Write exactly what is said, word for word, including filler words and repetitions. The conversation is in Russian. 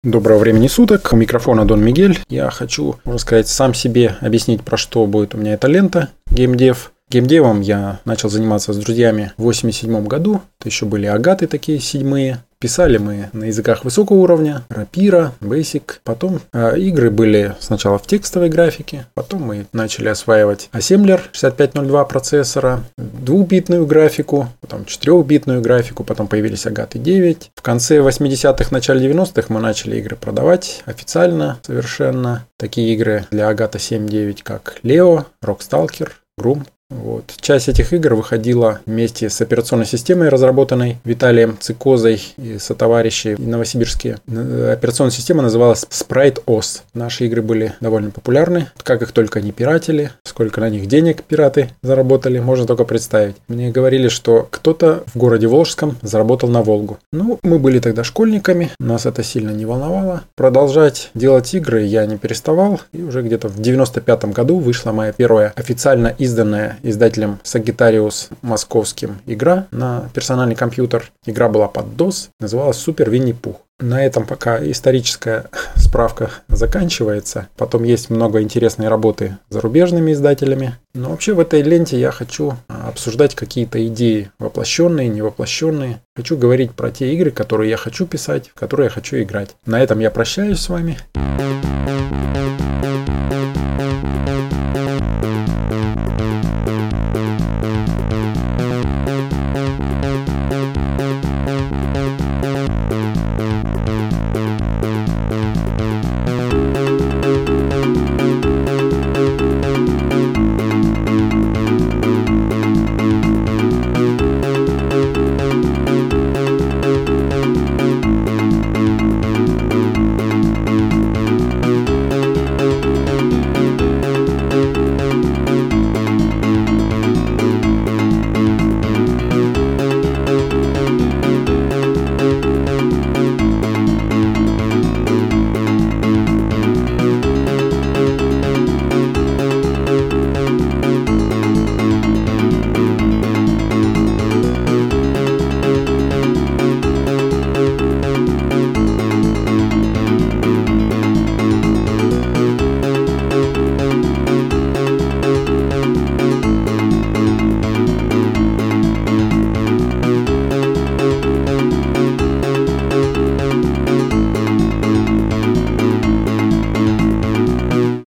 Доброго времени суток. У микрофона Дон Мигель. Я хочу, можно сказать, сам себе объяснить, про что будет у меня эта лента геймдев. Геймдевом я начал заниматься с друзьями в восемьдесят седьмом году. Это еще были агаты такие седьмые. Писали мы на языках высокого уровня, Rapira, Basic. Потом э, игры были сначала в текстовой графике. Потом мы начали осваивать ассемблер шестьдесят пять ноль два процессора, двухбитную графику, потом четырехбитную графику. Потом появились агаты девять. В конце восьмидесятых, начале девяностых мы начали игры продавать официально совершенно. Такие игры для агата семь девять, как Leo, Rockstalker, Grum. Вот. Часть этих игр выходила вместе с операционной системой, разработанной Виталием Цикозой и сотоварищи новосибирские. Операционная система называлась Sprite о эс. Наши игры были довольно популярны. Как их только не пиратели, сколько на них денег пираты заработали, можно только представить. Мне говорили, что кто-то в городе Волжском заработал на Волгу. Ну, мы были тогда школьниками, нас это сильно не волновало. Продолжать делать игры я не переставал. И уже где-то в девяносто пятом году вышла моя первая официально изданная издателем Sagittarius московским игра на персональный компьютер. Игра была под DOS, называлась Супер Винни-Пух. На этом пока историческая справка заканчивается. Потом есть много интересной работы с зарубежными издателями. Но вообще в этой ленте я хочу обсуждать какие-то идеи, воплощенные, невоплощенные. Хочу говорить про те игры, которые я хочу писать, в которые я хочу играть. На этом я прощаюсь с вами.